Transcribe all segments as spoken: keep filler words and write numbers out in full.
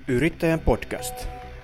Yrittäjän podcast.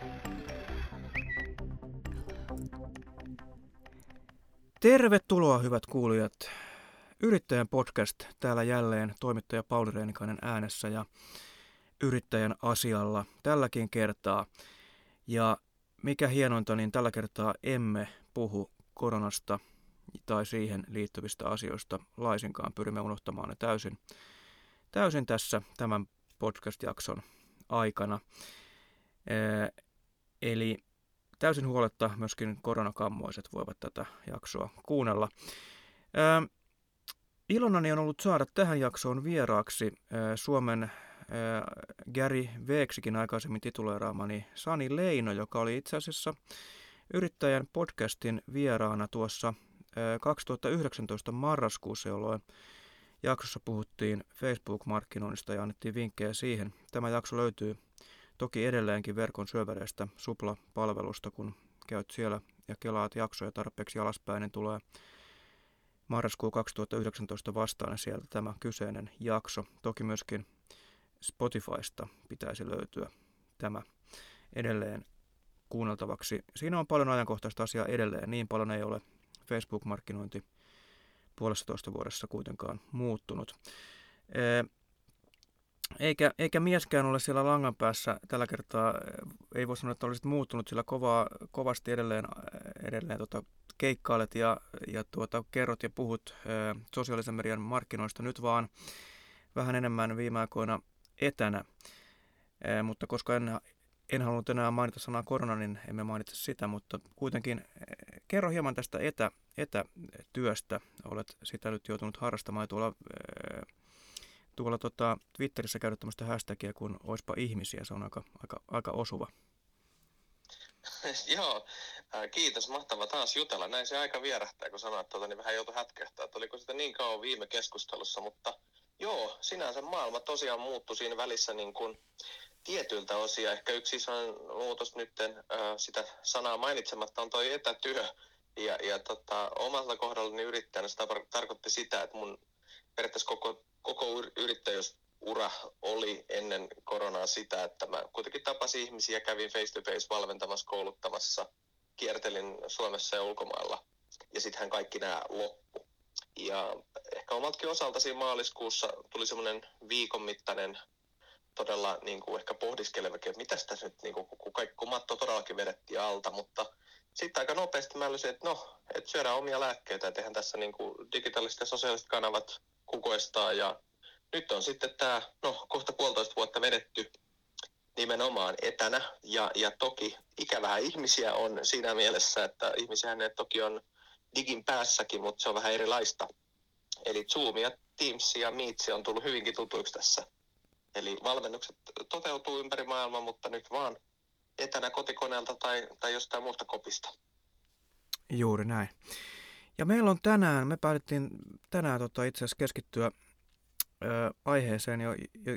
Tervetuloa hyvät kuulijat. Yrittäjän podcast täällä jälleen toimittaja Pauli Reenikainen äänessä ja yrittäjän asialla tälläkin kertaa. Ja mikä hienointa, niin tällä kertaa emme puhu koronasta tai siihen liittyvistä asioista laisinkaan. Pyrimme unohtamaan ne täysin, täysin tässä tämän podcast-jakson aikana. Ee, eli täysin huoletta myöskin koronakammoiset voivat tätä jaksoa kuunnella. Ee, ilonani on ollut saada tähän jaksoon vieraaksi ee, Suomen ee, Gary Veeksikin aikaisemmin tituleeraamani Sani Leino, joka oli itse asiassa Yrittäjän podcastin vieraana tuossa ee, kaksituhattayhdeksäntoista marraskuussa, jolloin jaksossa puhuttiin Facebook-markkinoinnista ja annettiin vinkkejä siihen. Tämä jakso löytyy toki edelleenkin verkon syövereistä Supla-palvelusta, kun käyt siellä ja kelaat jaksoja tarpeeksi alaspäin, niin tulee marraskuu kaksituhattayhdeksäntoista vastaan ja sieltä tämä kyseinen jakso. Toki myöskin Spotifysta pitäisi löytyä tämä edelleen kuunneltavaksi. Siinä on paljon ajankohtaista asiaa edelleen, niin paljon ei ole Facebook-markkinointi puolestatoista vuodessa kuitenkaan muuttunut. Eikä, eikä mieskään ole siellä langan päässä tällä kertaa, ei voi sanoa, että olisit muuttunut, sillä kovaa, kovasti edelleen, edelleen tota, keikkailet ja, ja tuota, kerrot ja puhut ää, sosiaalisen median markkinoista nyt vaan vähän enemmän viime aikoina etänä. Ää, mutta koska en, en halunnut enää mainita sanaa korona, niin emme mainitse sitä, mutta kuitenkin ää, kerro hieman tästä etä, etätyöstä. Olet sitä nyt joutunut harrastamaan tuolla... Ää, Tuolla tota, Twitterissä käydä tämmöistä hashtagia kuin oispa ihmisiä, se on aika, aika, aika osuva. Joo, kiitos, mahtava taas jutella. Näin se aika vierähtää, kun sanoit, tuota, niin vähän joutui hätkähtää, että oliko sitä niin kauan viime keskustelussa, mutta joo, sinänsä maailma tosiaan muuttui siinä välissä niin kuin tietyiltä osia. Ehkä yksi isoin muutos nyt, äh, sitä sanaa mainitsematta, on toi etätyö. Ja, ja tota, omalla kohdallani yrittäjänä se tar- tarkoitti sitä, että mun periaatteessa koko, koko yrittäjyysura oli ennen koronaa sitä, että mä kuitenkin tapasin ihmisiä, kävin face to face valmentamassa, kouluttamassa, kiertelin Suomessa ja ulkomailla ja sittenhän kaikki nämä loppu. Ja ehkä omaltakin osalta siinä maaliskuussa tuli semmoinen viikon mittainen todella niin kuin ehkä pohdiskelevakin, että mitäs tässä nyt, niin kuin, kun, kaikki, kun matto todellakin vedettiin alta, mutta sitten aika nopeasti mä älysin, että no, että syödään omia lääkkeitä, että eihän tässä niin kuin digitaaliset ja sosiaaliset kanavat kukoistaa. Ja nyt on sitten tämä, no kohta puolitoista vuotta vedetty nimenomaan etänä. Ja, ja toki ikävää ihmisiä on siinä mielessä, että ihmisiähän ne toki on digin päässäkin, mutta se on vähän erilaista. Eli Zoom ja Teams ja Meets on tullut hyvinkin tutuiksi tässä. Eli valmennukset toteutuu ympäri maailmaa, mutta nyt vaan etänä kotikoneelta tai, tai jostain muusta kopista. Juuri näin. Ja meillä on tänään, me päätettiin tänään tota, itse asiassa keskittyä ö, aiheeseen, jo, jo,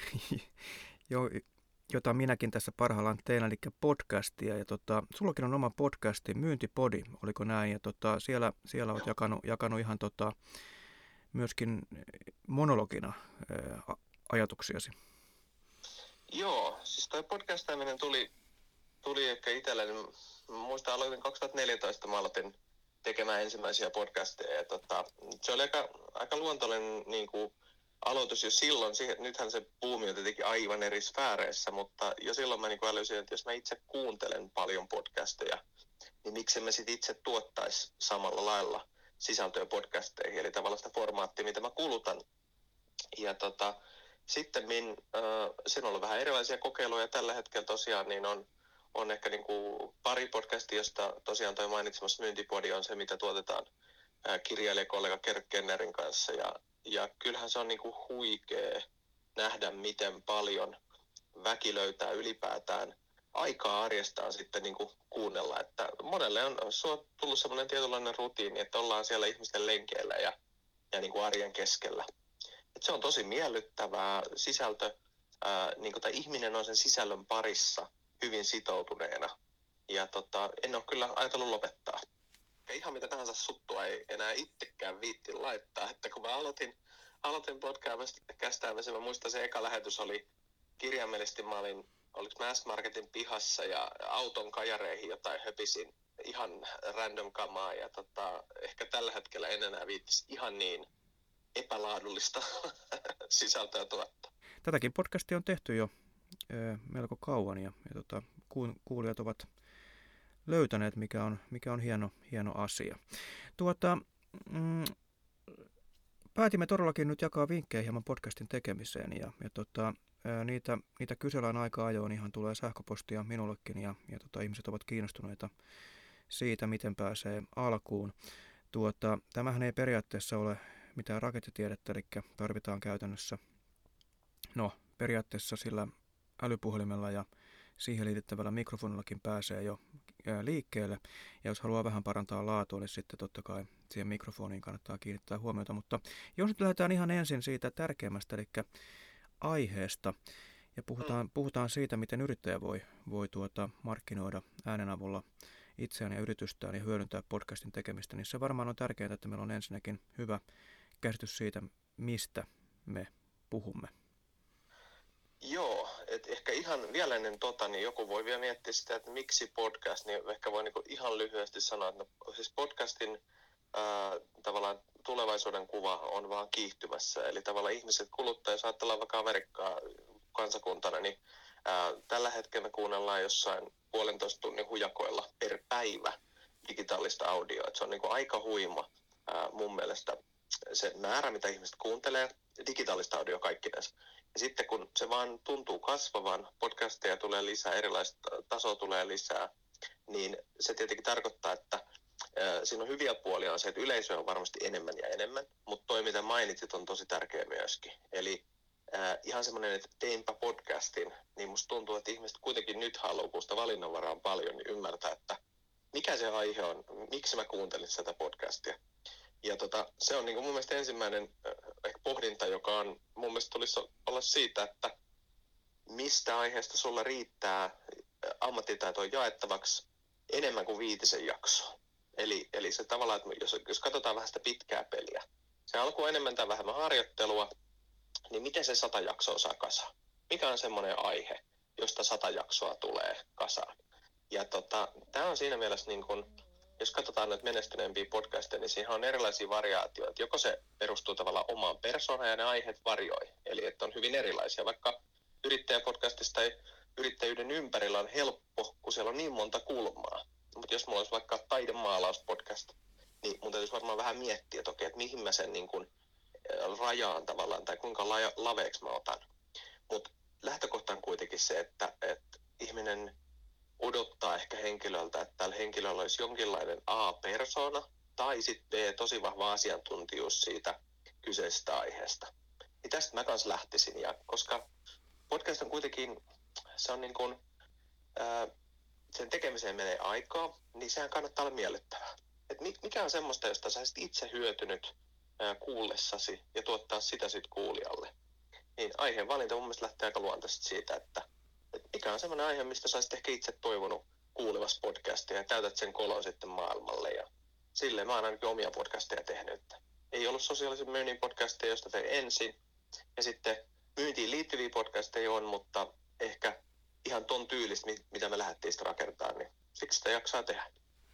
jo, jota minäkin tässä parhaillaan teen, eli podcastia. Ja tota, sullakin on oma podcasti, Myyntipodi, oliko näin? Ja tota, siellä, siellä olet jakanut, jakanut ihan tota, myöskin monologina ö, ajatuksiasi. Joo, siis toi podcastaaminen tuli, tuli ehkä itselleni, muistan aloitin kaksituhattaneljätoista, mä aloitin tekemään ensimmäisiä podcasteja ja tota, se oli aika, aika luontoinen niin kuin aloitus jo silloin, siihen, nythän se buumi on tietenkin aivan eri sfääreissä, mutta jo silloin mä niin kuin älysin, että jos mä itse kuuntelen paljon podcasteja, niin miksi mä sit itse tuottaisi samalla lailla sisältöä podcasteihin, eli tavallaan sitä formaattia, mitä mä kulutan. Ja tota, sitten min, äh, siinä on ollut vähän erilaisia kokeiluja tällä hetkellä tosiaan, niin on, on ehkä niin kuin pari podcastia, josta tosiaan toi mainitsemassa Myyntipodi on se, mitä tuotetaan äh, kirjailijakollega Kert Kennerin kanssa. Ja, ja kyllähän se on niin kuin huikea nähdä, miten paljon väki löytää ylipäätään aikaa arjestaan sitten niin kuin kuunnella. Että monelle on tullut sellainen tietynlainen rutiini, että ollaan siellä ihmisten lenkeillä ja, ja niin kuin arjen keskellä. Et se on tosi miellyttävää sisältö, ää, niin kuin, tai ihminen on sen sisällön parissa hyvin sitoutuneena. Ja tota, en ole kyllä ajatellut lopettaa. Ja ihan mitä tahansa suttua ei enää itsekään viitti laittaa. Että kun mä aloitin, aloitin podcastamisen, mä muistan se eka lähetys oli kirjaimellisesti, mä olin oliko mä S-Marketin pihassa ja auton kajareihin jotain höpisin ihan random kamaa. Ja tota, ehkä tällä hetkellä en enää viittisi ihan niin epälaadullista sisältöä tuottaa. Tätäkin podcastia on tehty jo ö, melko kauan ja, ja tota, kuulijat ovat löytäneet, mikä on, mikä on hieno, hieno asia. Tuota, mm, päätimme todellakin nyt jakaa vinkkejä hieman podcastin tekemiseen ja, ja tota, niitä, niitä kysellään aika ajoin, ihan tulee sähköpostia minullekin ja, ja tota, ihmiset ovat kiinnostuneita siitä, miten pääsee alkuun. Tuota, tämähän ei periaatteessa ole mitään rakettitiedettä, eli tarvitaan käytännössä, no periaatteessa sillä älypuhelimella ja siihen liitettävällä mikrofonillakin pääsee jo liikkeelle. Ja jos haluaa vähän parantaa laatua, niin sitten totta kai siihen mikrofoniin kannattaa kiinnittää huomiota. Mutta jos nyt lähdetään ihan ensin siitä tärkeimmästä, eli aiheesta, ja puhutaan, puhutaan siitä, miten yrittäjä voi, voi tuota markkinoida äänen avulla itseään ja yritystään ja hyödyntää podcastin tekemistä, niin se varmaan on tärkeää, että meillä on ensinnäkin hyvä käsitys siitä, mistä me puhumme. Joo, että ehkä ihan vielä ennen tota, niin joku voi vielä miettiä sitä, että miksi podcast, niin ehkä voi niinku ihan lyhyesti sanoa, että no, siis podcastin ää, tavallaan tulevaisuuden kuva on vaan kiihtymässä, eli tavallaan ihmiset kuluttaa, jos ajatellaan vaikka Amerikkaa kansakuntana, niin ää, tällä hetkellä me kuunnellaan jossain puolentoista tunnin hujakoilla per päivä digitaalista audioa, että se on niinku aika huima ää, mun mielestä se määrä, mitä ihmiset kuuntelee, digitaalista audio kaikkinensa. Ja sitten kun se vaan tuntuu kasvavan, podcasteja tulee lisää, erilaista tasoa tulee lisää, niin se tietenkin tarkoittaa, että äh, siinä on hyviä puolia on se, että yleisö on varmasti enemmän ja enemmän, mutta toi mitä mainitsit on tosi tärkeä myöskin. Eli äh, ihan semmoinen, että teinpä podcastin, niin musta tuntuu, että ihmiset kuitenkin nyt haluaa, kun sitä valinnanvaraa on paljon, niin ymmärtää, että mikä se aihe on, miksi mä kuuntelin sitä podcastia. Ja tota, se on niin kuin mun mielestä ensimmäinen äh, pohdinta, joka on mun mielestä tulisi olla siitä, että mistä aiheesta sulla riittää ammattitaitoa jaettavaksi enemmän kuin viitisen jaksoa. Eli, eli se tavallaan, että jos, jos katsotaan vähän sitä pitkää peliä, se alku on enemmän tai vähemmän harjoittelua, niin miten se sata jaksoa saa kasaan? Mikä on semmoinen aihe, josta sata jaksoa tulee kasaan? Ja tota, tämä on siinä mielessä niin kuin, jos katsotaan näitä menestyneempiä podcasteja, niin siihen on erilaisia variaatioita. Joko se perustuu tavallaan omaan persoonaan ja ne aiheet varioi. Eli että on hyvin erilaisia. Vaikka yrittäjäpodcastista tai yrittäjyyden ympärillä on helppo, kun siellä on niin monta kulmaa. Mutta jos mulla olisi vaikka taidemaalauspodcast, niin mun täytyisi varmaan vähän miettiä, että okei, että mihin mä sen niin kuin rajaan tavallaan tai kuinka la- laveeksi mä otan. Mutta lähtökohta on kuitenkin se, että, että ihminen odottaa ehkä henkilöltä, että tällä henkilöllä olisi jonkinlainen A-persona tai sitten B, tosi vahva asiantuntijuus siitä kyseisestä aiheesta. Ja tästä mä kanssa lähtisin, ja koska podcast on kuitenkin, se on niin kuin, ää, sen tekemiseen menee aikaa, niin sehän kannattaa olla miellyttävää. Et mikä on semmoista, josta sä olisit itse hyötynyt ää, kuullessasi ja tuottaa sitä sitten kuulijalle. Niin aiheen valinta mun mielestä lähtee aika luontaisesti siitä, että mikä on semmoinen aihe, mistä sä olisit ehkä itse toivonut kuulevassa podcastia ja täytät sen kolon sitten maailmalle. Ja silleen mä oon ainakin omia podcasteja tehnyt. Ei ollut sosiaalisen myynnin podcasteja, josta tein ensin. Ja sitten myyntiin liittyviä podcasteja on, mutta ehkä ihan ton tyylistä, mitä me lähdettiin sitä rakentamaan, niin siksi sitä jaksaa tehdä.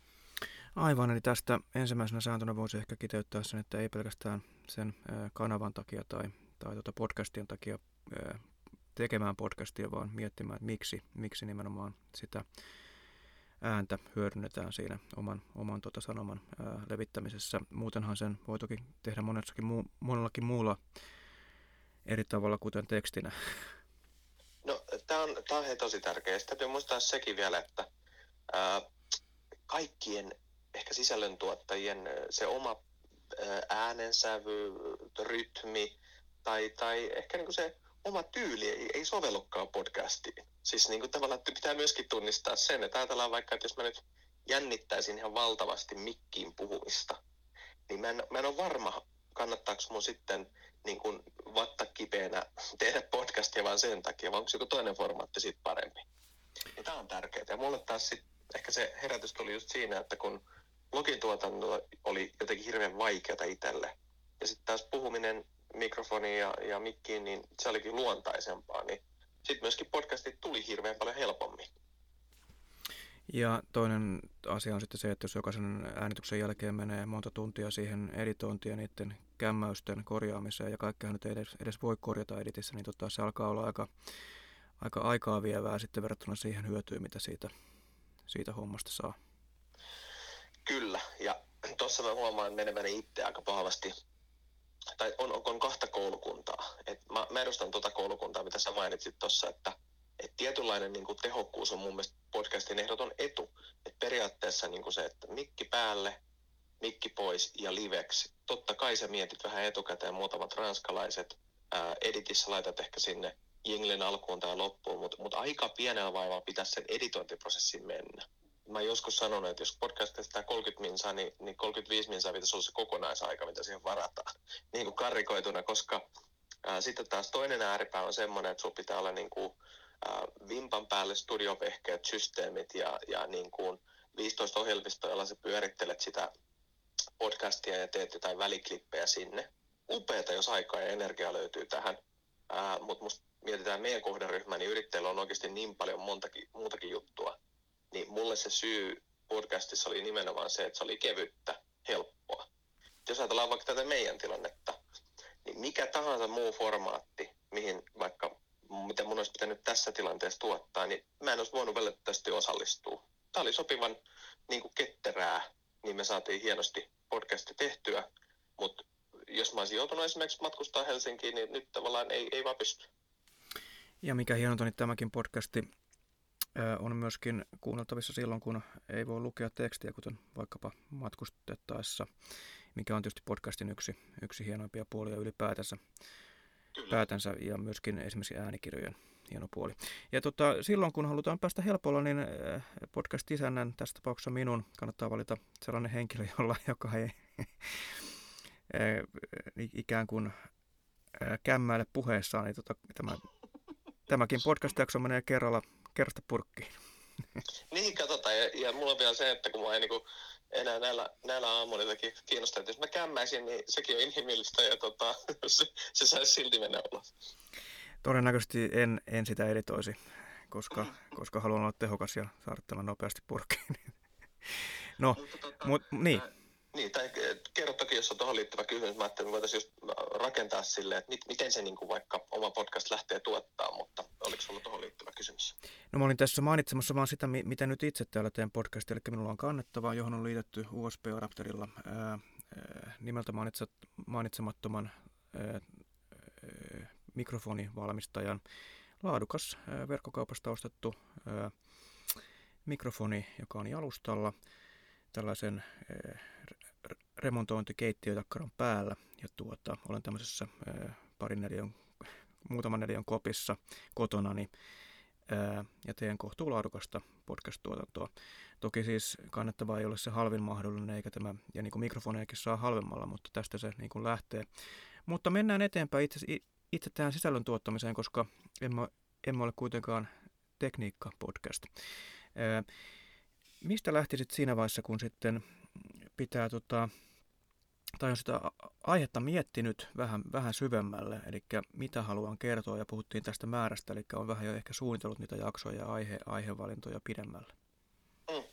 Aivan, eli tästä ensimmäisenä sääntönä voisi ehkä kiteyttää sen, että ei pelkästään sen kanavan takia tai, tai tuota podcastien takia tekemään podcastia, vaan miettimään, että miksi, miksi nimenomaan sitä ääntä hyödynnetään siinä oman, oman tota sanoman ää, levittämisessä. Muutenhan sen voi toki tehdä monessakin muu, monellakin muulla eri tavalla, kuten tekstinä. No, tämä on, tää on he tosi tärkeää. Sitten täytyy muistaa sekin vielä, että ää, kaikkien ehkä sisällöntuottajien se oma ää, äänensävy, rytmi tai, tai ehkä niinku se oma tyyli ei, ei sovellukaan podcastiin. Siis niin kuin tavallaan pitää myöskin tunnistaa sen, että ajatellaan vaikka, että jos mä nyt jännittäisin ihan valtavasti mikkiin puhumista, niin mä en, mä en ole varma, kannattaako mun sitten niin kuin vatta kipeänä tehdä podcastia vaan sen takia, vai onko joku toinen formaatti siitä parempi. Ja tää on tärkeää. Ja mulle taas sit, ehkä se herätys tuli just siinä, että kun blogin tuotanto oli jotenkin hirveän vaikeata itselle, ja sitten taas puhuminen mikrofoniin ja, ja mikkiin, niin se olikin luontaisempaa, niin sitten myöskin podcastit tuli hirveän paljon helpommin. Ja toinen asia on sitten se, että jos jokaisen äänityksen jälkeen menee monta tuntia siihen editointiin ja niiden kämmäysten korjaamiseen, ja kaikkihan nyt ei edes, edes voi korjata editissä, niin tota, se alkaa olla aika, aika aikaa vievää sitten verrattuna siihen hyötyyn, mitä siitä, siitä hommasta saa. Kyllä, ja tuossa mä huomaan meneväni itse aika pahavasti, tai on, on kahta koulukuntaa. Et mä, mä edustan tuota koulukuntaa, mitä sä mainitsit tuossa, että et tietynlainen niin kuin tehokkuus on mun mielestä podcastin ehdoton etu. Et periaatteessa niin kuin se, että mikki päälle, mikki pois ja liveksi. Totta kai sä mietit vähän etukäteen muutamat ranskalaiset, ää, editissä laitat ehkä sinne jinglen alkuun tai loppuun, mutta mut aika pienellä vaivaa pitäisi sen editointiprosessin mennä. Mä oon joskus sanonut, että jos podcast kestää kolmekymmentä minsaa, niin, niin kolmekymmentäviisi minsaa pitäisi olla se kokonaisaika, mitä siihen varataan. Niin kuin karrikoituna, koska ää, sitten taas toinen ääripää on semmoinen, että sulla pitää olla niin kuin, ää, vimpan päälle studiovehkeet, systeemit ja, ja niin kuin viisitoista ohjelmistoa, jolla sä pyörittelet sitä podcastia ja teet jotain väliklippejä sinne. Upeeta, jos aikaa ja energiaa löytyy tähän, ää, mutta musta mietitään meidän kohderyhmää, niin yrittäjillä on oikeasti niin paljon montakin, muutakin juttua. Niin mulle se syy podcastissa oli nimenomaan se, että se oli kevyttä, helppoa. Jos ajatellaan vaikka tätä meidän tilannetta, niin mikä tahansa muu formaatti, mihin vaikka, mitä mun olisi pitänyt tässä tilanteessa tuottaa, niin mä en olisi voinut välttämättä osallistua. Tämä oli sopivan niin kuin ketterää, niin me saatiin hienosti podcasti tehtyä, mutta jos mä olisin joutunut esimerkiksi matkustaa Helsinkiin, niin nyt tavallaan ei, ei vaan pysty. Ja mikä hienonta, niin tämäkin podcasti on myöskin kuunneltavissa silloin, kun ei voi lukea tekstiä, kuten vaikkapa matkustettaessa, mikä on tietysti podcastin yksi, yksi hienoimpia puolia ylipäätänsä. Päätänsä ja myöskin esimerkiksi äänikirjojen hieno puoli. Ja tota, silloin, kun halutaan päästä helpolla, niin podcast-isännän, tässä tapauksessa minun, kannattaa valita sellainen henkilö, jolla, joka ei ikään kuin kämmäile puheessaan, niin tota, tämä, tämäkin podcast-jakso menee kerralla kerrasta purkkiin. Niin, katsotaan. Ja, ja mulla on vielä se, että kun mä en niin enää näillä, näillä aamuilla kiinnostaa, että jos mä kämmäisin, niin sekin on inhimillistä ja tota, se, se saisi silti mennä ulos. Todennäköisesti en, en sitä editoisi, koska, koska haluan olla tehokas ja saada tämän nopeasti purkkiin. No, mutta tota, mut, niin. Ää, niin, tai kerro toki, jos on tuohon liittyvä kysymys. Mä ajattelin, että voitaisiin just rakentaa silleen, että mit, miten se niin kuin vaikka oma podcast lähtee tuottaa, mutta oliko sulla tuohon liittyvä kysymys? No mä olin tässä mainitsemassa vaan sitä, mitä nyt itse täällä teen podcastia, eli minulla on kannettava, johon on liitetty U S B-adapterilla ää, ää, nimeltä mainitset, mainitsemattoman ää, ää, mikrofonivalmistajan laadukas ää, verkkokaupasta ostettu ää, mikrofoni, joka on jalustalla tällaisen ää, remontointikeittiötakkaran päällä, ja tuota, olen tämmöisessä ää, parin neliön, muutaman neliön kopissa kotonani ää, ja teen kohtuulaadukasta podcast-tuotantoa. Toki siis kannettava ei ole se halvin mahdollinen, eikä tämä, ja niin kuin mikrofonejakin saa halvemmalla, mutta tästä se niin kuin lähtee. Mutta mennään eteenpäin itse, itse tähän sisällön tuottamiseen, koska emme, emme ole kuitenkaan tekniikka-podcast. Ää, mistä lähtisit siinä vaiheessa, kun sitten pitää, tota, tai on sitä aihetta miettinyt vähän, vähän syvemmälle, eli mitä haluan kertoa, ja puhuttiin tästä määrästä, eli on vähän jo ehkä suunnitellut niitä jaksoja ja aihe, aihevalintoja pidemmälle. Mm.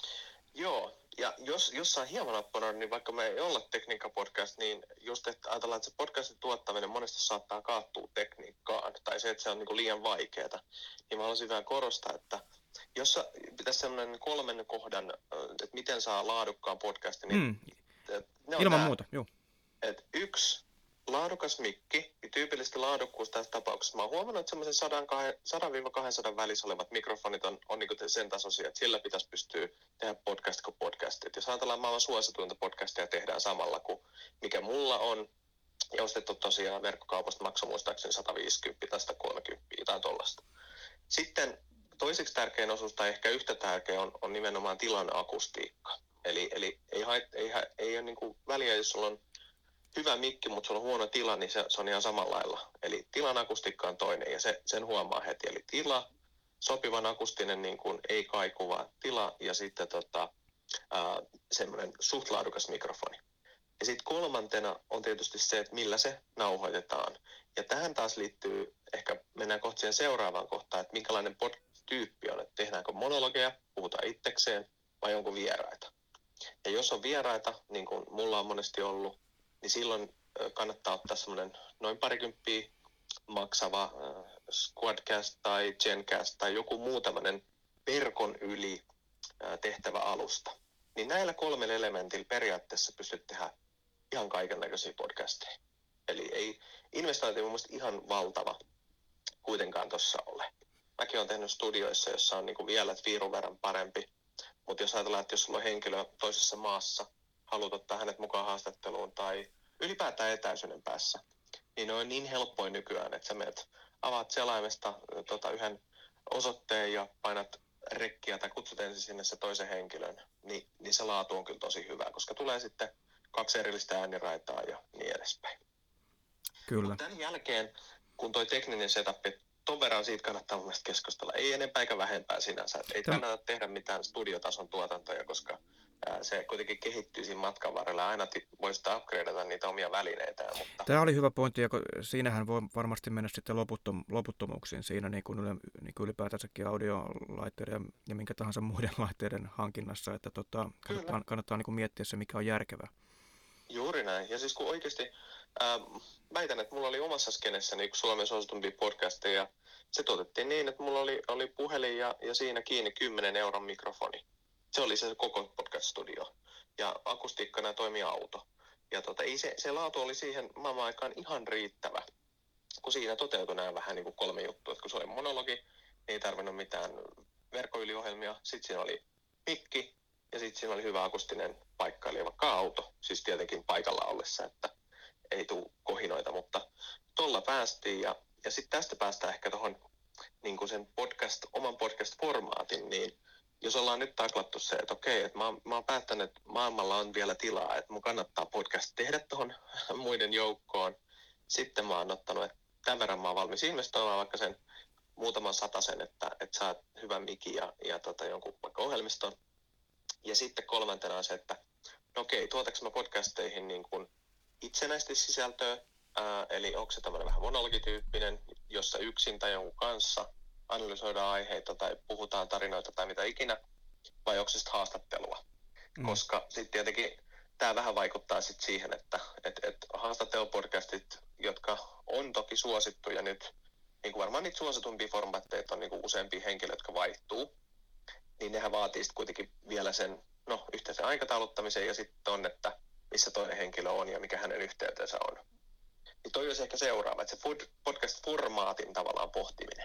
Joo, ja jos, jos saa hieman apponoida, niin vaikka me ei olla tekniikka-podcast, niin just että ajatellaan, että se podcastin tuottaminen monesti saattaa kaattua tekniikkaan, tai se, että se on niin kuin liian vaikeaa, niin mä haluaisin vähän korostaa, että jos pitäisi sellainen kolmen kohdan, että miten saa laadukkaan podcastin, niin mm. Ilman tämä, muuta, joo. Että yksi, laadukas mikki, ja tyypillisesti laadukkuus tässä tapauksessa. Mä oon huomannut, että semmoisen sata kaksisataa välissä olevat mikrofonit on, on niin sen tasoisia, että sillä pitäisi pystyä tehdä podcast kuin podcastit. Jos ajatellaan maailman suosituinta podcastia tehdään samalla kuin mikä mulla on, ja ostettu tosiaan verkkokaupasta maksoi muistaakseni sata viisikymmentä tai sata kolmekymmentä tai tollaista. Sitten toiseksi tärkein osuus, tai ehkä yhtä tärkeä, on, on nimenomaan tilan akustiikka. Eli, eli ei, hait, ei, ei ole niin kuin väliä, jos sulla on hyvä mikki, mutta sulla on huono tila, niin se, se on ihan samalla lailla. Eli tilan akustiikka on toinen, ja se, sen huomaa heti. Eli tila, sopivan akustinen, niin kuin ei kaikuva tila, ja sitten tota, ää, semmoinen suht laadukas mikrofoni. Ja sitten kolmantena on tietysti se, että millä se nauhoitetaan. Ja tähän taas liittyy, ehkä mennään kohta siihen seuraavaan kohtaan, että minkälainen podcast-tyyppi on, että tehdäänkö monologeja, puhutaan itsekseen vai onko vieraita. Ja jos on vieraita, niin kuin mulla on monesti ollut, niin silloin kannattaa ottaa semmoinen noin parikymppiä maksava äh, Squadcast tai Gencast tai joku muu tämmöinen verkon yli äh, tehtävä alusta. Niin näillä kolmella elementillä periaatteessa pystyt tehdä ihan kaikennäköisiä podcasteja. Eli ei investointi mun mielestä ihan valtava kuitenkaan tuossa ole. Mäkin olen tehnyt studioissa, jossa on niinku vielä viirun verran parempi. Mutta jos ajatellaan, että jos sulla on henkilö toisessa maassa, haluat ottaa hänet mukaan haastatteluun tai ylipäätään etäisyyden päässä, niin ne on niin helppoja nykyään, että sä menet, avaat selaimesta tota, yhden osoitteen ja painat rekkiä tai kutsut ensin sinne se toisen henkilön, niin, niin se laatu on kyllä tosi hyvä, koska tulee sitten kaksi erillistä ääniraitaa ja niin edespäin. Kyllä. Mut tämän jälkeen, kun toi tekninen setup, ton verran siitä kannattaa mun mielestä keskustella. Ei enempää eikä vähempää sinänsä. Et ei Tämä... kannata tehdä mitään studiotason tuotantoja, koska ää, se kuitenkin kehittyy siinä matkan varrella. Aina t- voi sitä upgradeata niitä omia välineitä. Mutta... Tämä oli hyvä pointti, ja siinähän voi varmasti mennä sitten loputtom- loputtomuuksiin siinä niin kuin, yle, niin kuin ylipäätänsäkin audiolaitteiden ja minkä tahansa muiden laitteiden hankinnassa, että tota, kannattaa, kannattaa niin kuin miettiä se, mikä on järkevää. Juuri näin. Ja siis kun oikeasti ää, väitän, että mulla oli omassa skenessäni yksi Suomen suositumpia podcasteja, ja se tuotettiin niin, että mulla oli, oli puhelin ja, ja siinä kiinni kymmenen euron mikrofoni. Se oli se koko podcast-studio. Ja akustiikkana toimi auto. Ja tota, ei se, se laatu oli siihen maailman aikaan ihan riittävä, kun siinä toteutui nämä vähän niin kuin kolme juttua. Että kun se oli monologi, niin ei tarvinnut mitään verkkoyliohjelmia. Sitten siinä oli mikki ja sitten siinä oli hyvä akustinen paikka, eli vaikka auto. Siis tietenkin paikalla ollessa, että ei tule kohinoita, mutta tuolla päästiin. Ja, ja sitten tästä päästään ehkä tuohon niin sen podcast, oman podcast-formaatin, niin jos ollaan nyt taklattu se, että okei, että mä, oon, mä oon päättänyt, että maailmalla on vielä tilaa, että mun kannattaa podcast tehdä tuohon muiden joukkoon. Sitten mä oon ottanut, että tämän verran mä oon valmis investoimaan vaikka sen muutaman satasen, että, että saat hyvän mikin ja, ja tota, jonkun vaikka ohjelmiston. Ja sitten kolmantena on se, että no okei, tuotaks mä podcasteihin niin kuin itsenäisesti sisältöä, ää, eli onko se tämmöinen vähän monologityyppinen, jossa yksin tai jonkun kanssa analysoidaan aiheita tai puhutaan tarinoita tai mitä ikinä, vai onko se sitten haastattelua? Mm. Koska sitten tietenkin tämä vähän vaikuttaa sitten siihen, että et, et haastattelupodcastit, jotka on toki suosittuja nyt, niin kuin varmaan niitä suositumpia formaatteja on niin kuin useampia henkilöitä, jotka vaihtuu, niin nehän vaatii sitten kuitenkin vielä sen no, yhteisen aikatauluttamisen ja sitten on, että missä toinen henkilö on ja mikä hänen yhteytensä on. Niin toi olisi ehkä seuraava, että se podcast-formaatin tavallaan pohtiminen.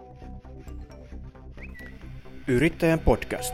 Yrittäjän podcast.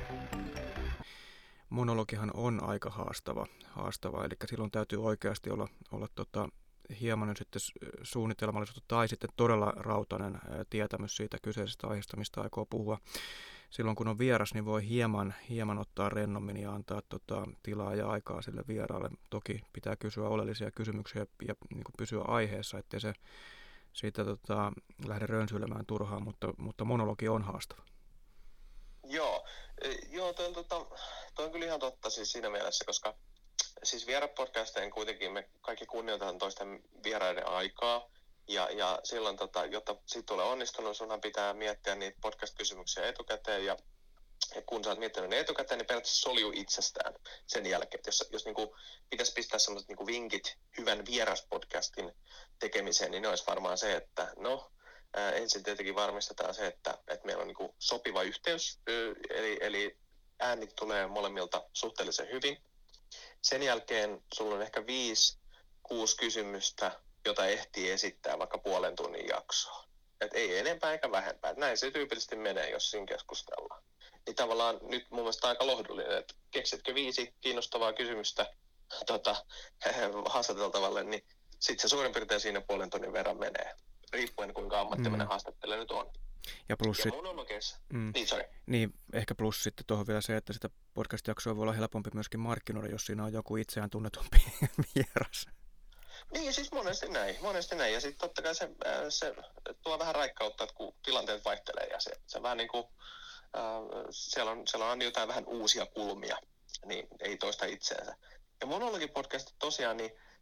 Monologihan on aika haastava, haastava eli silloin täytyy oikeasti olla, olla tota, hieman nyt sitten suunnitelmallisuutta tai sitten todella rautainen tietämys siitä kyseisestä aiheesta, mistä aikoo puhua. Silloin kun on vieras, niin voi hieman, hieman ottaa rennommin ja antaa tota, tilaa ja aikaa sille vieraalle. Toki pitää kysyä oleellisia kysymyksiä ja niin kuin pysyä aiheessa, ettei se siitä tota, lähde rönsyilemään turhaan, mutta, mutta monologi on haastava. Joo, joo toi, on, tota, toi on kyllä ihan totta siis siinä mielessä, koska siis vierapodcasteen kuitenkin me kaikki kunnioitetaan toisten vieraiden aikaa. Ja, ja silloin, tota, jotta siitä tulee onnistunut, sunhan pitää miettiä niitä podcast-kysymyksiä etukäteen. Ja, ja kun sä oot miettinyt ne etukäteen, niin periaatteessa solju itsestään sen jälkeen. Et jos jos niinku, pitäisi pistää sellaiset niinku vinkit hyvän vieraspodcastin tekemiseen, niin ne olisi varmaan se, että no, ää, ensin tietenkin varmistetaan se, että, että meillä on niinku sopiva yhteys. Eli, eli ääni tulee molemmilta suhteellisen hyvin. Sen jälkeen sulla on ehkä viisi, kuusi kysymystä, jota ehtii esittää vaikka puolen tunnin jaksoa. Et ei enempää eikä vähempää. Et näin se tyypillisesti menee, jos siinä keskustellaan. Niin tavallaan nyt mun mielestä aika lohdullinen, että keksitkö viisi kiinnostavaa kysymystä tota, haastateltavalle, niin sitten se suurin piirtein siinä puolen tunnin verran menee. Riippuen kuinka ammattimainen mm. haastattelija nyt on. Ja plus ja sit, monologeissa. Mm, niin, sorry. niin, ehkä plus sitten tuohon vielä se, että sitä podcast-jaksoa voi olla helpompi myöskin markkinoida, jos siinä on joku itseään tunnetumpi vieras. Niin, siis monesti näin, monesti näin. Ja sitten totta kai se, se tuo vähän raikkautta, että kun tilanteet vaihtelee ja se, se vähän niin kuin, äh, siellä, on, siellä on jotain vähän uusia kulmia, niin ei toista itseensä. Ja monologipodcastit tosiaan, niin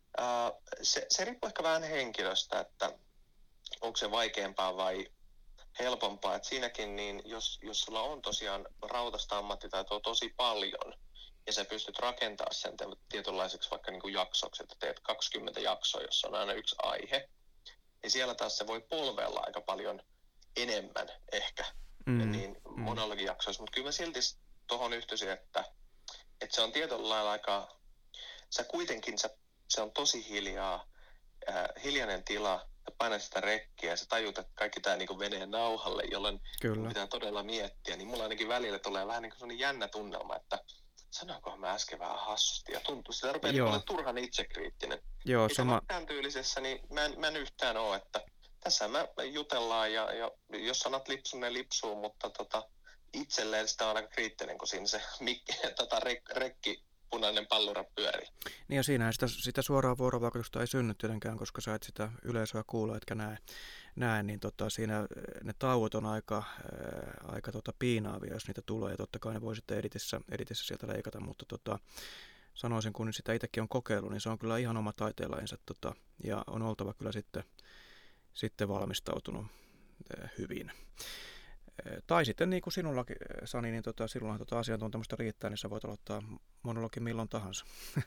Uh, se, se riippuu ehkä vähän henkilöstä, että onko se vaikeampaa vai helpompaa. Et siinäkin, niin jos, jos sulla on tosiaan rautasta ammattitaitoa tosi paljon, ja sä pystyt rakentamaan sen tietynlaiseksi vaikka niin kuin jaksoksi, että teet kaksikymmentä jaksoa, jossa on aina yksi aihe, niin siellä taas se voi polvella aika paljon enemmän ehkä mm, niin mm. monologijaksoissa. Mutta kyllä mä silti tuohon yhtyisin, että, että se on tietyllä lailla aika, sä kuitenkin, sä, se on tosi hiljaa, äh, hiljainen tila, ja painat sitä rekkiä ja sä tajut, että kaikki tää niin menee nauhalle, jolloin kyllä. pitää todella miettiä. Niin mulla ainakin välillä tulee vähän niin kuin sellainen jännä tunnelma, että sanoinkohan mä äsken vähän hassusti ja tuntuu, sitä rupeaa niin olla turhan itsekriittinen. Joo, Mitä sama. Tämän tyylisessä, niin mä en, mä en yhtään ole, että tässä mä jutellaan ja, ja jos sanat lipsun, ne lipsuu, mutta tota, itselleen sitä on aika kriittinen, kun siinä se mikki, tota, rek, rekki punainen pallura pyörii. Niin ja siinähän sitä, sitä suoraa vuorovaikutusta ei synny tietenkään, koska sä et sitä yleisöä kuulla, etkä näe, näe niin tota, siinä ne tauot on aika, ää, aika tota, piinaavia, jos niitä tulee. Ja totta kai ne voi sitten editissä, editissä sieltä leikata, mutta tota, sanoisin, kun sitä itsekin on kokeillut, niin se on kyllä ihan oma taiteenlajinsa tota, ja on oltava kyllä sitten, sitten valmistautunut ää, hyvin. Tai sitten niin kuin sinullakin, Sani, niin tota, sinullahan tota asiantuntemusta riittää, niin sä voit aloittaa monologin milloin tahansa.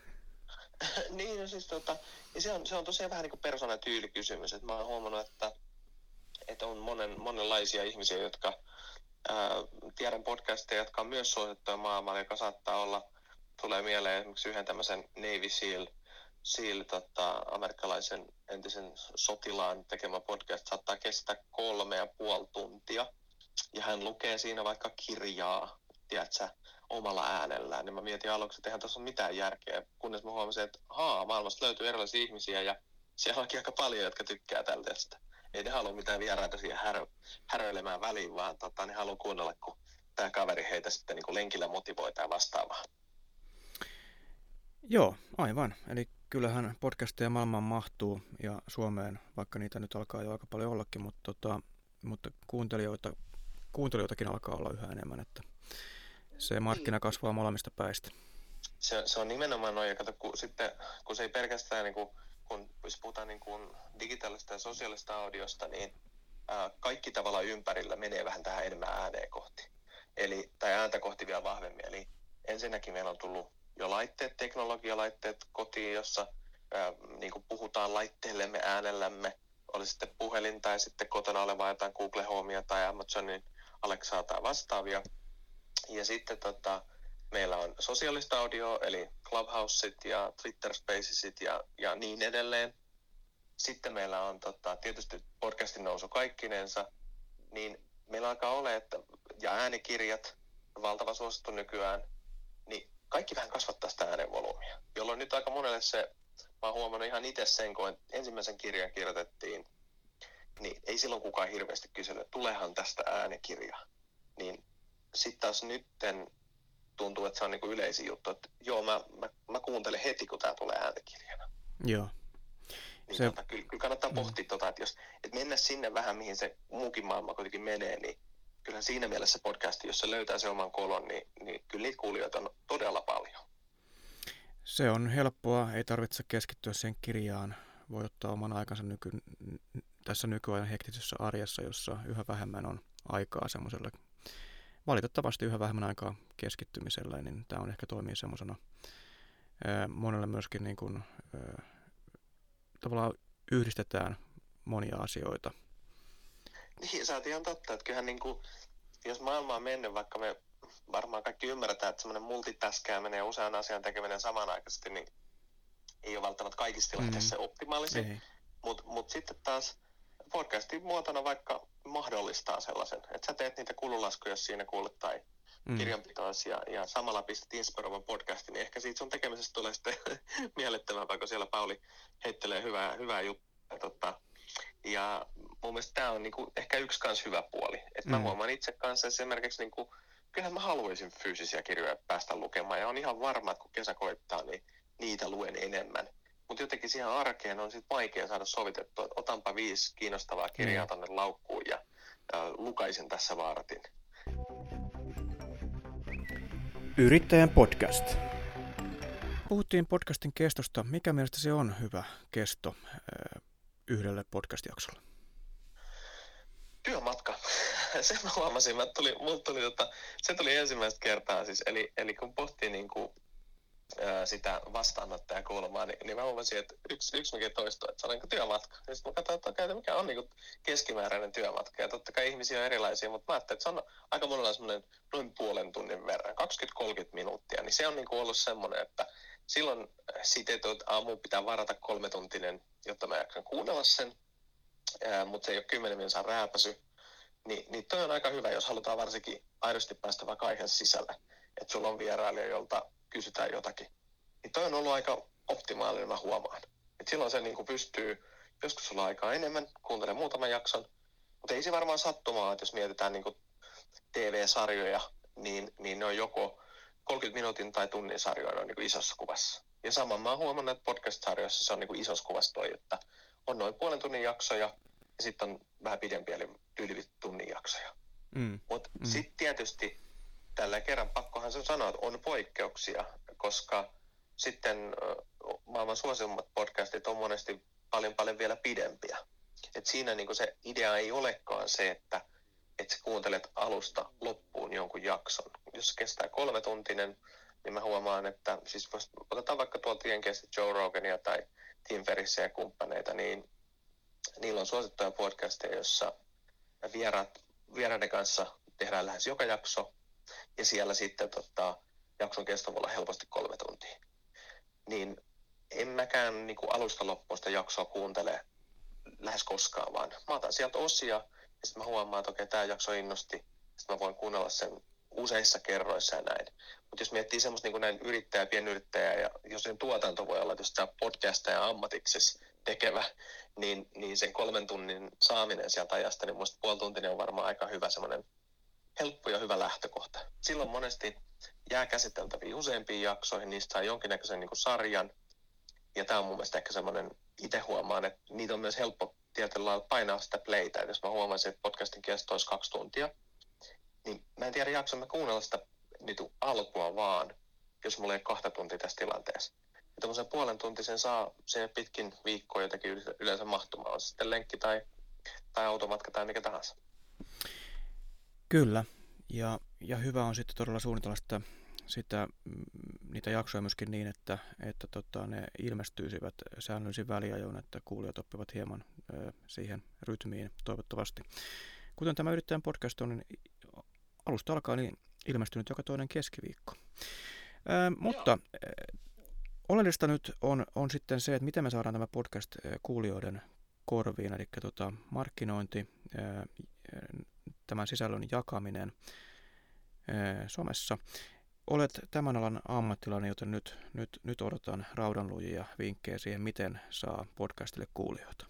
Niin, no siis tota, ja se on, se on tosiaan vähän niin kuin persoonatyylikysymys, että mä oon huomannut, että, että on monen, monenlaisia ihmisiä, jotka ää, tiedän podcasteja, jotka on myös suosittuja maailmalla, joka saattaa olla, tulee mieleen esimerkiksi yhden tämmöisen Navy Seal, Seal tota, amerikkalaisen entisen sotilaan tekemä podcast saattaa kestää kolme ja puoli tuntia. Ja hän lukee siinä vaikka kirjaa, tiedätkö, omalla äänellään. Niin mä mietin aluksi, että eihän tässä ole mitään järkeä, kunnes mä huomasin, että haa, maailmasta löytyy erilaisia ihmisiä ja siellä onkin aika paljon, jotka tykkää tältä. Ei ne halua mitään vieraita siihen härö, häröilemään väliin, vaan tota, ne haluaa kuunnella, kun tämä kaveri heitä sitten niin kuin lenkillä motivoi tai vastaavaa. Joo, aivan. Eli kyllähän podcasteja maailmaan mahtuu ja Suomeen, vaikka niitä nyt alkaa jo aika paljon ollakin, mutta, tota, mutta kuuntelijoita Kuuntelijoitakin alkaa olla yhä enemmän, että se markkina kasvaa molemmista päistä. Se, se on nimenomaan noin, ja kato, kun, sitten, kun se ei pelkästään, niin kuin, kun jos puhutaan niin kuin digitaalista ja sosiaalista audiosta, niin ää, kaikki tavallaan ympärillä menee vähän tähän enemmän ääneen kohti. Eli, tai ääntä kohti vielä vahvemmin. Eli ensinnäkin meillä on tullut jo laitteet, teknologialaitteet kotiin, jossa ää, niin kuin puhutaan laitteellemme äänellämme. Oli sitten puhelin tai sitten kotona olevaa jotain Google Homea tai Amazonin Alexaa tai vastaavia. Ja sitten tota, meillä on sosiaalista audioa, eli Clubhouseit ja Twitter Spacesit ja, ja niin edelleen. Sitten meillä on tota, tietysti podcastin nousu kaikkinensa, niin meillä alkaa olla, että, ja äänikirjat, valtava suosittu nykyään, niin kaikki vähän kasvattaa sitä äänenvolyymia, jolloin nyt aika monelle se, mä oon huomannut ihan itse sen, kun ensimmäisen kirjan kirjoitettiin, niin ei silloin kukaan hirveästi kysynyt, tulehan tästä äänikirja. Niin sitten taas nytten tuntuu, että se on niinku yleisin juttu, että joo, mä, mä, mä kuuntelen heti, kun tää tulee äänikirjana. Joo. Niin se... tota, kyllä, kyllä kannattaa mm. pohtia, tota, että jos et mennä sinne vähän, mihin se muukin maailma kuitenkin menee, niin kyllähän siinä mielessä podcasti, jos se löytää sen oman kolon, niin, niin kyllä niitä kuulijoita on todella paljon. Se on helppoa, ei tarvitse keskittyä sen kirjaan. Voi ottaa oman aikansa nyky, tässä nykyajan hektisessä arjessa, jossa yhä vähemmän on aikaa semmoiselle, valitettavasti yhä vähemmän aikaa keskittymiselle, niin tämä on ehkä toimii semmoisena monelle myöskin niin kuin, ää, tavallaan yhdistetään monia asioita. Niin, sä oot ihan totta, että kyllähän niin kuin, jos maailma on mennyt, vaikka me varmaan kaikki ymmärretään, että semmoinen multitaskääminen ja usean asian tekeminen samanaikaisesti, niin ei ole välttämättä kaikissa tilanteissa mm. optimaalisin. Mutta mut sitten taas podcastin muotona vaikka mahdollistaa sellaisen, että sä teet niitä kululaskuja, jos siinä kuulet tai mm. kirjanpitoisi ja, ja samalla pistät inspiroivan podcastin, niin ehkä siitä sun tekemisestä tulee sitten miellyttävämpää, kun siellä Pauli heittelee hyvää, hyvää juttua. Tota, ja mun mielestä tämä on niinku ehkä yksi kans hyvä puoli. Että mä mm. huomaan itse kanssa esimerkiksi, niinku, kyllähän mä haluaisin fyysisiä kirjoja päästä lukemaan ja on ihan varma, että kun kesä koittaa, niin niitä luen enemmän. Mutta jotenkin siihen arkeen on sit vaikea saada sovitettua, että otanpa viisi kiinnostavaa kirjaa tonne laukkuun ja äh, lukaisen tässä vartin. Yrittäjän podcast. puhuttiin podcastin kestosta. Mikä mielestä se on hyvä kesto yhdelle podcast-jaksolle? Työmatka. Sen mä huomasin. Mä tuli, tuli, tota, se tuli ensimmäistä kertaa. Siis, eli, eli kun pohtii niin kuin, ää, sitä vastaanottajakulmaa, niin, niin mä huomasin, että yksi, yksi mikä toistuu, että se on niin kuin työmatka. Ja sitten mä katsoin, että okay, mikä on niin kuin keskimääräinen työmatka. Ja totta kai ihmisiä on erilaisia, mutta mä ajattelin, että se on aika monella semmoinen noin puolen tunnin verran, kaksikymmentä kolmekymmentä minuuttia. Niin se on niin kuin ollut semmoinen, että silloin siitä, että aamuun pitää varata kolmetuntinen, jotta mä jaksan kuunnella sen. Ää, mutta se ei ole kymmenen minuutin rääpäsy, niin, niin toi on aika hyvä, jos halutaan varsinkin aidosti päästä vaikka aiheen sisälle, että sulla on vierailija, jolta kysytään jotakin. Niin toi on ollut aika optimaalinen, mä huomaan. Et silloin se niin kuin pystyy, joskus sulla on aikaa enemmän, kuuntele muutaman jakson, mutta ei se varmaan sattumaa, että jos mietitään niin kuin T V-sarjoja, niin, niin ne on joko kolmekymmentä minuutin tai tunnin sarjoja on niin kuin isossa kuvassa. Ja saman mä oon huomannut, että podcast-sarjoissa se on niin kuin isossa kuvassa toi, että on noin puolen tunnin jaksoja ja sitten on vähän pidempiä, eli yli tunnin jaksoja. Mm. Mutta mm. sitten tietysti tällä kerran pakkohan sen sanoa, että on poikkeuksia, koska sitten maailman suosituimmat podcastit on monesti paljon paljon vielä pidempiä. Et siinä niinku se idea ei olekaan se, että et sä kuuntelet alusta loppuun jonkun jakson. Jos se kestää kolmetuntinen, niin mä huomaan, että siis otetaan vaikka tuolta Jenkeistä Joe Rogania tai Tim Ferrissiä ja kumppaneita, niin niillä on suosittuja podcasteja, joissa vieraat, vieraiden kanssa tehdään lähes joka jakso, ja siellä sitten tota, jakson kesto voi olla helposti kolme tuntia. Niin en mäkään niin kuin alusta loppuun sitä jaksoa kuuntele lähes koskaan, vaan mä otan sieltä osia, ja sitten mä huomaan, että okei, tämä jakso innosti, sitten mä voin kuunnella sen useissa kerroissa ja näin. Mutta jos miettii semmoista niin kuin näin yrittäjä, pienyrittäjä, ja jos sen tuotanto voi olla, että jos tämä podcastaja ammatiksesi tekevä, niin, niin sen kolmen tunnin saaminen sieltä ajasta, niin musta puolituntinen on varmaan aika hyvä semmoinen helppo ja hyvä lähtökohta. Silloin monesti jää käsiteltäviä useampiin jaksoihin, niistä saa jonkinnäköisen niin kuin sarjan, ja tämä on mun mielestä ehkä semmoinen, itse huomaan, että niitä on myös helppo tietyllä lailla painaa sitä playtä, että jos mä huomaisin, että podcastin kesto olisi kaksi tuntia, niin mä en tiedä jakson mä kuunnella sitä niin alkua vaan, jos mulla ei ole kahta tuntia tässä tilanteessa. Ja tämmöisen puolen tuntisen saa sinne pitkin viikkoa jotenkin yleensä mahtumaan, on se sitten lenkki tai, tai automatka tai mikä tahansa. Kyllä, ja, ja hyvä on sitten todella suunnitella sitä, sitä, niitä jaksoja myöskin niin, että, että tota, ne ilmestyisivät säännöllisin väliajoin, että kuulijat oppivat hieman ö, siihen rytmiin toivottavasti. Kuten tämä Yrittäjän podcast on, niin alusta alkaen niin ilmestynyt joka toinen keskiviikko. Ö, mutta ö, oleellista nyt on, on sitten se, että miten me saadaan tämä podcast kuulijoiden korviin, eli tota, markkinointi, ö, tämän sisällön jakaminen ö, somessa. Olet tämän alan ammattilainen, joten nyt, nyt, nyt odotan raudanlujia vinkkejä siihen, miten saa podcastille kuulijoita.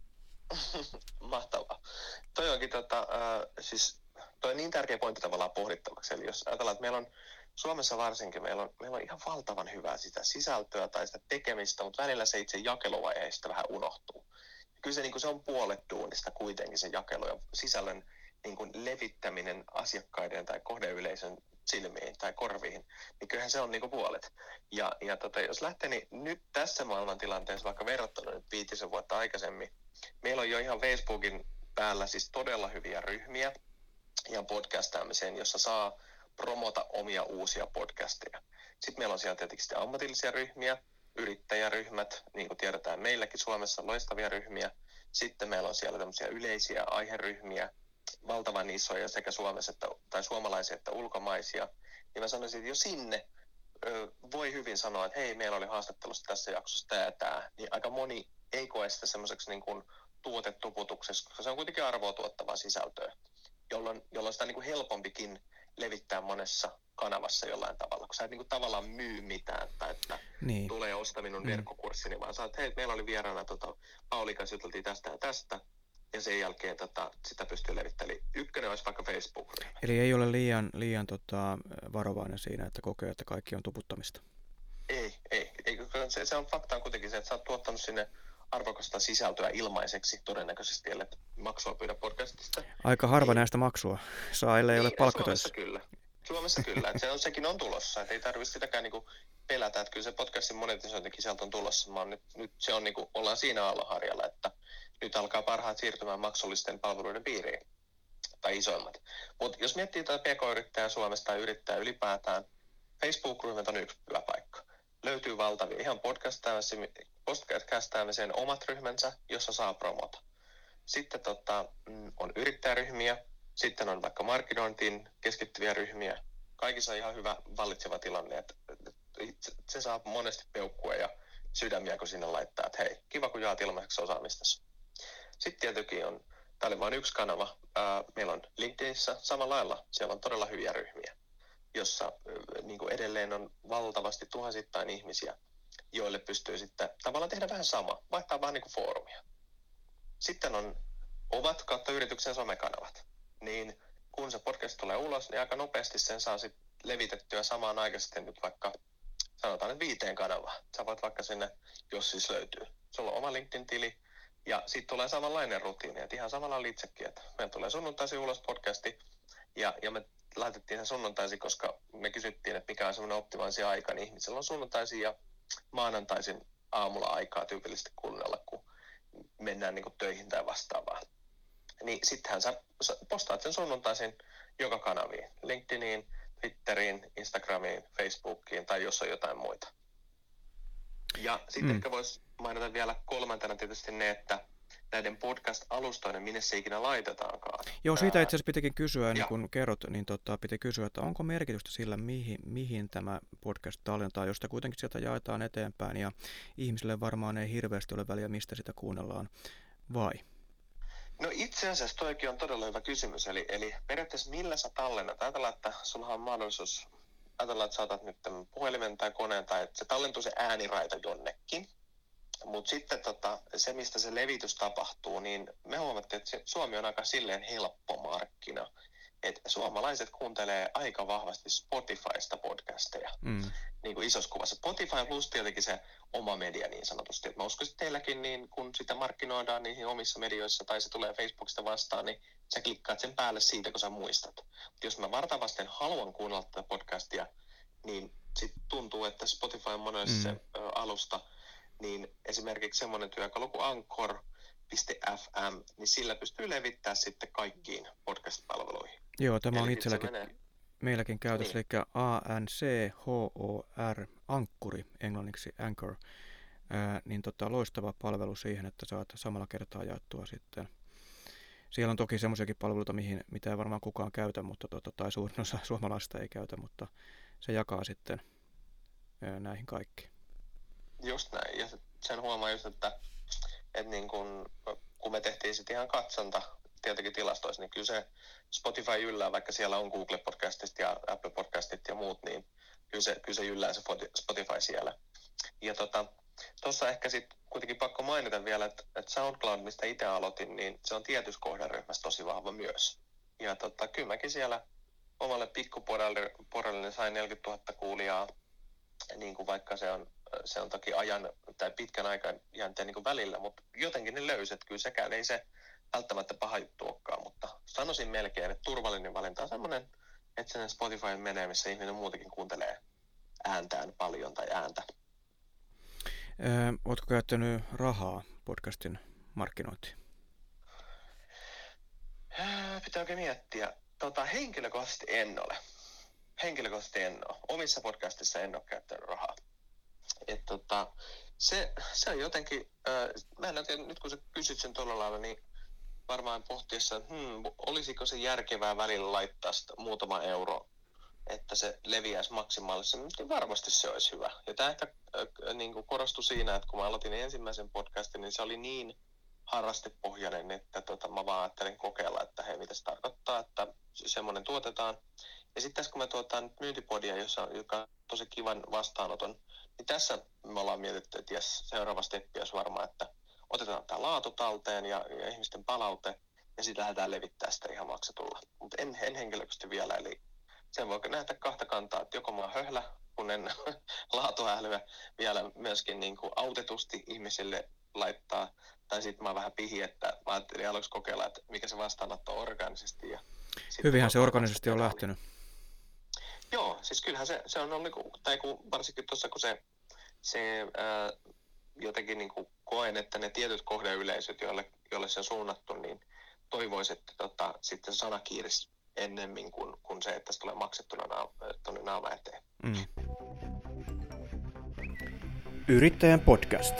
Mahtavaa. Toi onkin tota, äh, siis toi on niin tärkeä pointti tavallaan pohdittavaksi. Eli jos ajatellaan, että meillä on Suomessa varsinkin, meillä on, meillä on ihan valtavan hyvää sitä sisältöä tai sitä tekemistä, mutta välillä se itse jakeluvaiheesta vähän unohtuu. Ja kyllä se, niin kuin se on puolet duunista kuitenkin se jakelu ja sisällön niin kuin levittäminen asiakkaiden tai kohdeyleisön silmiin tai korviin, niin kyllähän se on niin kuin puolet. Ja, ja tota, jos lähtee, niin nyt tässä maailmantilanteessa, vaikka verrattuna nyt viitisen vuotta aikaisemmin, meillä on jo ihan Facebookin päällä siis todella hyviä ryhmiä ja podcastaamiseen, jossa saa promota omia uusia podcasteja. Sitten meillä on siellä tietysti ammatillisia ryhmiä, yrittäjäryhmät, niin kuin tiedetään meilläkin Suomessa on loistavia ryhmiä. Sitten meillä on siellä tämmöisiä yleisiä aiheryhmiä, valtavan isoja sekä Suomessa että, tai suomalaisia että ulkomaisia. Niin mä sanoisin, että jo sinne ö, voi hyvin sanoa, että hei, meillä oli haastattelussa tässä jaksossa tämä ja tämä. Niin aika moni ei koe sitä semmoiseksi niin kuin tuotetuputuksessa, koska se on kuitenkin arvoa tuottavaa sisältöä, jolloin, jolloin sitä niin kuin helpompikin levittää monessa kanavassa jollain tavalla, kun sä et niin kuin tavallaan myy mitään, tai että niin. Tulee osta minun mm. verkkokurssini, vaan sä oot, hei, meillä oli vieraana, tota, Pauli kanssa juteltiin tästä ja tästä, ja sen jälkeen tota, sitä pystyy levittämään. Eli ykkönen olisi vaikka Facebook-ryhmä. Eli ei ole liian, liian tota, varovainen siinä, että kokee, että kaikki on tuputtamista. Ei, ei. ei se, se on faktaan kuitenkin se, että sä oot tuottanut sinne arvokasta sisältöä ilmaiseksi todennäköisesti, ellei maksua pyydä podcastista. Aika harva ei. Näistä maksua saa, ellei niin, ole palkkatöissä. Kyllä. Suomessa kyllä, että se on, sekin on tulossa, että ei tarvitse sitäkään niinku pelätä, että kyllä se podcastin monetisointikin sieltä on tulossa. Mä nyt, nyt se on niinku, ollaan siinä aallonharjalla, että nyt alkaa parhaat siirtymään maksullisten palveluiden piiriin, tai isoimmat. Mutta jos miettii tätä pk-yrittäjää Suomesta tai yrittäjää ylipäätään, Facebook-ryhmät on yksi hyvä paikka. Löytyy valtavia ihan podcast-kästäämiseen omat ryhmänsä, jossa saa promota. Sitten tota, on yrittäjäryhmiä, sitten on vaikka markkinointiin keskittyviä ryhmiä. Kaikissa on ihan hyvä vallitseva tilanne, että se saa monesti peukkua ja sydämiä, kun sinne laittaa, että hei, kiva kun jaat ilmaiseksi osaamista. Sitten tietenkin on, tämä oli vain yksi kanava, meillä on LinkedInissä samalla lailla, siellä on todella hyviä ryhmiä, jossa niin kuin edelleen on valtavasti tuhansittain ihmisiä, joille pystyy sitten tavallaan tehdä vähän sama, vaihtaa vaan niin kuin foorumia. Sitten on ovat kautta yrityksen somekanavat, niin kun se podcast tulee ulos, niin aika nopeasti sen saa sitten levitettyä samaan aikaisesti nyt vaikka, sanotaan nyt viiteen kanavaan. Sä voit vaikka sinne, jos siis löytyy. Sulla on oma LinkedIn-tili ja sitten tulee samanlainen rutiini, että ihan samalla on itsekin, että meillä tulee sunnuntaisin ulos podcasti ja, ja me laitettiin sen sunnuntaisin, koska me kysyttiin, että mikä on semmoinen optimaalisia aika, niin ihmisillä on sunnuntaisin ja maanantaisin aamulla aikaa tyypillisesti kuunnella, kun mennään niin kuin töihin tai vastaavaan. Niin sittenhän sä postaat sen sunnuntaisin joka kanaviin. LinkedIniin, Twitteriin, Instagramiin, Facebookiin tai jos on jotain muita. Ja sitten mm. ehkä voisi mainita vielä kolmantena tietysti ne, että näiden podcast-alustoinen, minne se ikinä laitetaankaan. Joo, siitä itse asiassa pitikin kysyä, niin kun kerrot, niin tota, piti kysyä, että onko merkitystä sillä, mihin, mihin tämä podcast tallentaa, josta kuitenkin sieltä jaetaan eteenpäin, ja ihmisille varmaan ei hirveästi ole väliä, mistä sitä kuunnellaan, vai? No itse asiassa toikin on todella hyvä kysymys, eli, eli periaatteessa millä sä tallennat? Ajatellaan, että sulla on mahdollisuus, ajatellaan, että sä otat nyt puhelimen tai koneen, tai että se tallentuu se ääniraita jonnekin. Mutta sitten tota, se, mistä se levitys tapahtuu, niin me huomattiin, että Suomi on aika silleen helppo markkina. Että suomalaiset kuuntelee aika vahvasti Spotifysta podcasteja, mm. niin kuin isossa kuvassa. Spotify plus tietenkin se oma media niin sanotusti. Et mä uskon, että teilläkin, niin kun sitä markkinoidaan niihin omissa medioissa tai se tulee Facebookista vastaan, niin sä klikkaat sen päälle siitä, kun sä muistat. Mut jos mä vartavasten haluan kuunnella tätä podcastia, niin sitten tuntuu, että Spotify on monesti mm. se ö, alusta, niin esimerkiksi semmoinen työkalu kuin Anchor piste f m, niin sillä pystyy levittämään sitten kaikkiin podcast-palveluihin. Joo, tämä on itselläkin meilläkin käytössä, niin. Eli A N C H O R, Ankkuri, englanniksi Anchor, ää, niin tota, loistava palvelu siihen, että saat samalla kertaa jaettua sitten. Siellä on toki semmoisiakin palveluita, mihin, mitä ei varmaan kukaan käytä, mutta tota, tai suurin osa suomalaisista ei käytä, mutta se jakaa sitten ää, näihin kaikkiin. Just näin, ja sen huomaa just, että, että niin kun, kun me tehtiin sitten ihan katsonta tietenkin tilastoissa, niin kyllä se Spotify yllää, vaikka siellä on Google Podcastit ja Apple Podcastit ja muut, niin kyllä se, kyllä se yllää se Spotify siellä. Ja tuossa tota, ehkä sitten kuitenkin pakko mainita vielä, että, että SoundCloud, mistä itse aloitin, niin se on tietyssä kohderyhmässä tosi vahva myös. Ja tota, kyllä mäkin siellä omalle pikkuporallille sain neljäkymmentätuhatta kuulijaa, niin kuin vaikka se on, se on toki ajan tai pitkän aikajänteen niin kuin välillä, mutta jotenkin ne löyset, kyllä sekään ei se välttämättä paha juttu olekaan, mutta sanoisin melkein, että turvallinen valinta on semmoinen, että sen Spotify menee, missä ihminen muutenkin kuuntelee ääntään paljon tai ääntä. Öö, ootko käyttänyt rahaa podcastin markkinointiin? Pitää oikein miettiä. Tota, henkilökohtaisesti en ole. Henkilökohtaisesti en ole. Omissa podcastissa en ole käyttänyt rahaa. Et tota, se, se on jotenkin, äh, mä en tiedä, nyt kun sä kysyt sen tuolla lailla, niin varmaan pohtiessa, että hmm, olisiko se järkevää välillä laittaa sitä muutama euro, että se leviäisi maksimaalisesti, niin varmasti se olisi hyvä. Ja tämä ehkä äh, niin kuin korostui siinä, että kun mä aloitin ensimmäisen podcastin, niin se oli niin harrastepohjainen, että tota, mä vaan ajattelin kokeilla, että hei, mitä se tarkoittaa, että semmoinen tuotetaan. Ja sitten tässä kun me tuotetaan nyt myyntipodia, jossa, joka on tosi kivan vastaanoton, niin tässä me ollaan mietitty, että jes, seuraava steppi olisi varmaan, että otetaan tämä laatu talteen ja, ja ihmisten palaute, ja sitten lähdetään levittää sitä ihan maksetulla. Mutta en, en henkilökohtaisesti vielä, eli sen voi nähdä kahta kantaa, että joko mä oon höhlä, kun en laatuählyä vielä myöskin niin kuin autetusti ihmisille laittaa, tai sitten mä oon vähän pihi, että mä ajattelin aluksi kokeilla, että mikä se vastaanotto on organisesti. Ja hyvinhän se organisesti on lähtenyt. siis kyllähän se, se on ollut, niin kuin, tai kun, varsinkin tuossa kun se, se ää, jotenkin niin kuin koen, että ne tietyt kohdeyleisöt, joille, joille se on suunnattu, niin toivoisin, että tota, sitten sana kiirisi ennemmin kuin, kuin se, että se tulee maksettuna tuonne naama eteen. Mm. Yrittäjän podcast.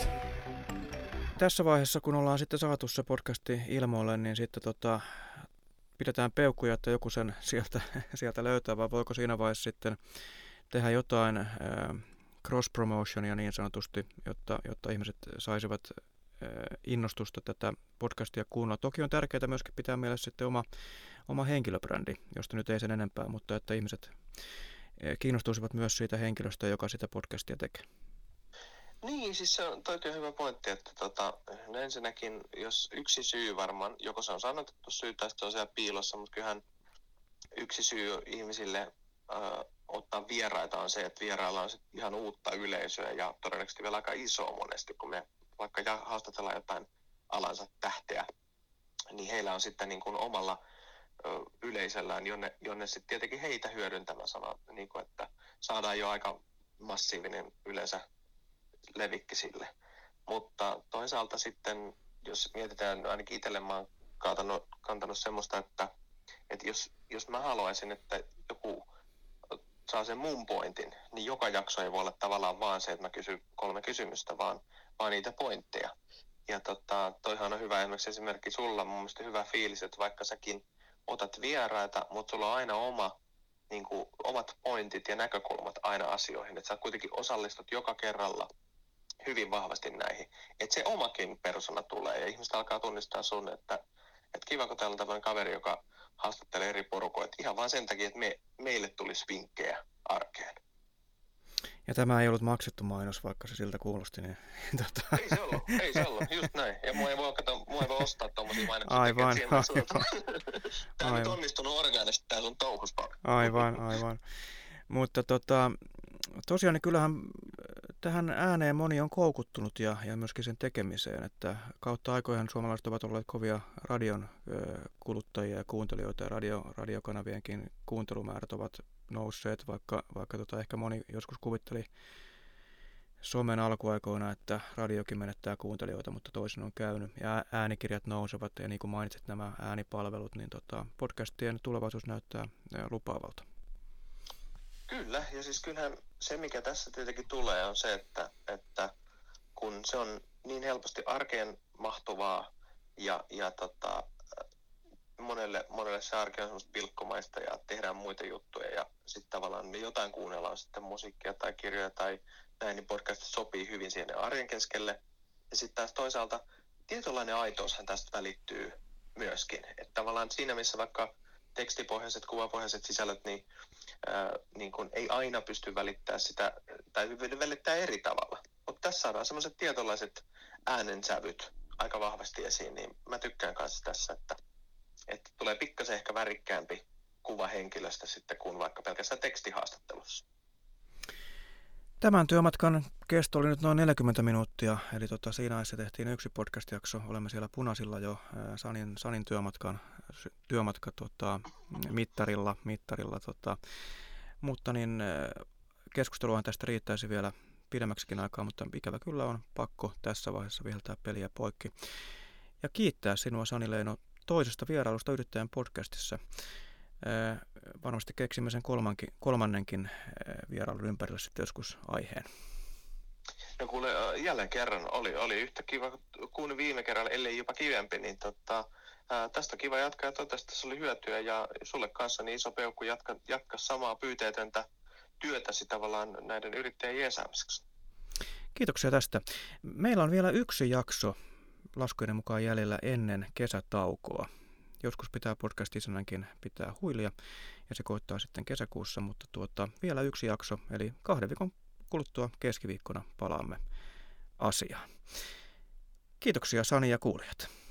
Tässä vaiheessa, kun ollaan sitten saatu se podcasti ilmoille, niin sitten tota, pidetään peukkuja, että joku sen sieltä, sieltä löytää, vai voiko siinä vaiheessa sitten tehdä jotain äh, cross-promotionia niin sanotusti, jotta, jotta ihmiset saisivat äh, innostusta tätä podcastia kuunnella. Toki on tärkeää myöskin pitää mielessä sitten oma, oma henkilöbrändi, josta nyt ei sen enempää, mutta että ihmiset äh, kiinnostuisivat myös siitä henkilöstä, joka sitä podcastia tekee. Niin, siis se on oikein hyvä pointti, että tota, no ensinnäkin, jos yksi syy varmaan, joko se on sanotettu syy tai se on siellä piilossa, mutta kyllähän yksi syy ihmisille ö, ottaa vieraita on se, että vierailla on sit ihan uutta yleisöä ja todennäköisesti vielä aika isoa monesti, kun me vaikka haastatellaan jotain alansa tähteä, niin heillä on sitten niin kuin omalla ö, yleisöllään, jonne, jonne sitten tietenkin heitä hyödyntämä sana, niin kuin, että saadaan jo aika massiivinen yleensä levikki sille. Mutta toisaalta sitten, jos mietitään, ainakin itselle mä oon kantanut, kantanut semmoista, että, että jos, jos mä haluaisin, että joku saa sen mun pointin, niin joka jakso ei voi olla tavallaan vaan se, että mä kysyn kolme kysymystä, vaan, vaan niitä pointteja. Ja tota, toihan on hyvä esimerkiksi esimerkki sulla, mun mielestä hyvä fiilis, että vaikka säkin otat vieraita, mutta sulla on aina oma, niin kuin, omat pointit ja näkökulmat aina asioihin. Että sä kuitenkin osallistut joka kerralla hyvin vahvasti näihin. Että se omakin persona tulee ja ihmiset alkaa tunnistaa sun, että, että kiva, kun täällä on tämmöinen kaveri, joka haastattelee eri porukoita ihan vaan sen takia, että me, meille tulisi vinkkejä arkeen. Ja tämä ei ollut maksettu mainos, vaikka se siltä kuulosti. Niin, tota... Ei se ollut, ei se ollut, just näin. Ja mua ei voi, kato, mua ei voi ostaa tuommoisia mainoksia. Aivan, aivan. Tämä on nyt onnistunut orgaanisesti tää sun touhuspa. Aivan, aivan. Mutta tota, tosiaan niin kyllähän tähän ääneen moni on koukuttunut ja, ja myöskin sen tekemiseen, että kautta aikoihin suomalaiset ovat olleet kovia radion ö, kuluttajia ja kuuntelijoita ja radio, radiokanavienkin kuuntelumäärät ovat nousseet, vaikka, vaikka tota ehkä moni joskus kuvitteli somen alkuaikoina, että radiokin menettää kuuntelijoita, mutta toisin on käynyt ja äänikirjat nousevat ja niin kuin mainitsit nämä äänipalvelut, niin tota, podcastien tulevaisuus näyttää lupaavalta. Kyllä, ja siis kyllähän se, mikä tässä tietenkin tulee, on se, että, että kun se on niin helposti arkeen mahtuvaa ja, ja tota, monelle, monelle se arki on semmoista pilkkomaista ja tehdään muita juttuja ja sitten tavallaan me jotain kuunnellaan sitten musiikkia tai kirjoja tai näin, niin podcastit sopii hyvin siihen arjen keskelle. Ja sitten taas toisaalta tietynlainen aitoushan tästä välittyy myöskin, että tavallaan siinä missä vaikka tekstipohjaiset, kuvapohjaiset sisällöt, niin, ää, niin kun ei aina pysty välittämään sitä, tai välittää eri tavalla. Mutta tässä saadaan sellaiset tietynlaiset äänensävyt aika vahvasti esiin, niin mä tykkään kanssa tässä, että, että tulee pikkasen ehkä värikkäämpi kuva henkilöstä sitten kuin vaikka pelkästään tekstihaastattelussa. Tämän työmatkan kesto oli nyt noin neljäkymmentä minuuttia, eli tota, siinä ajassa tehtiin yksi podcast-jakso. Olemme siellä punaisilla jo ää, Sanin, Sanin työmatkan työmatka tota, mittarilla, mittarilla tota. Mutta niin, keskusteluahan tästä riittäisi vielä pidemmäksikin aikaa, mutta ikävä kyllä on pakko tässä vaiheessa viheltää peliä poikki. Ja kiittää sinua, Sani Leino, toisesta vierailusta Yrittäjän podcastissa. Ee, varmasti keksimme sen kolmankin, kolmannenkin vierailun ympärille sitten joskus aiheen. No kuule, jälleen kerran oli, oli yhtä kiva kuin viime kerralla, ellei jopa kivempi, niin tota, ää, tästä on kiva jatkaa ja toivottavasti tässä oli hyötyä ja sulle kanssa niin iso peukku jatka, jatka samaa pyyteetöntä työtäsi tavallaan näiden yrittäjien jeesäämiseksi. Kiitoksia tästä. Meillä on vielä yksi jakso laskujen mukaan jäljellä ennen kesätaukoa. Joskus pitää podcast-isännänkin pitää huilia ja se koittaa sitten kesäkuussa, mutta tuota, vielä yksi jakso, eli kahden viikon kuluttua keskiviikkona palaamme asiaan. Kiitoksia Sani ja kuulijat.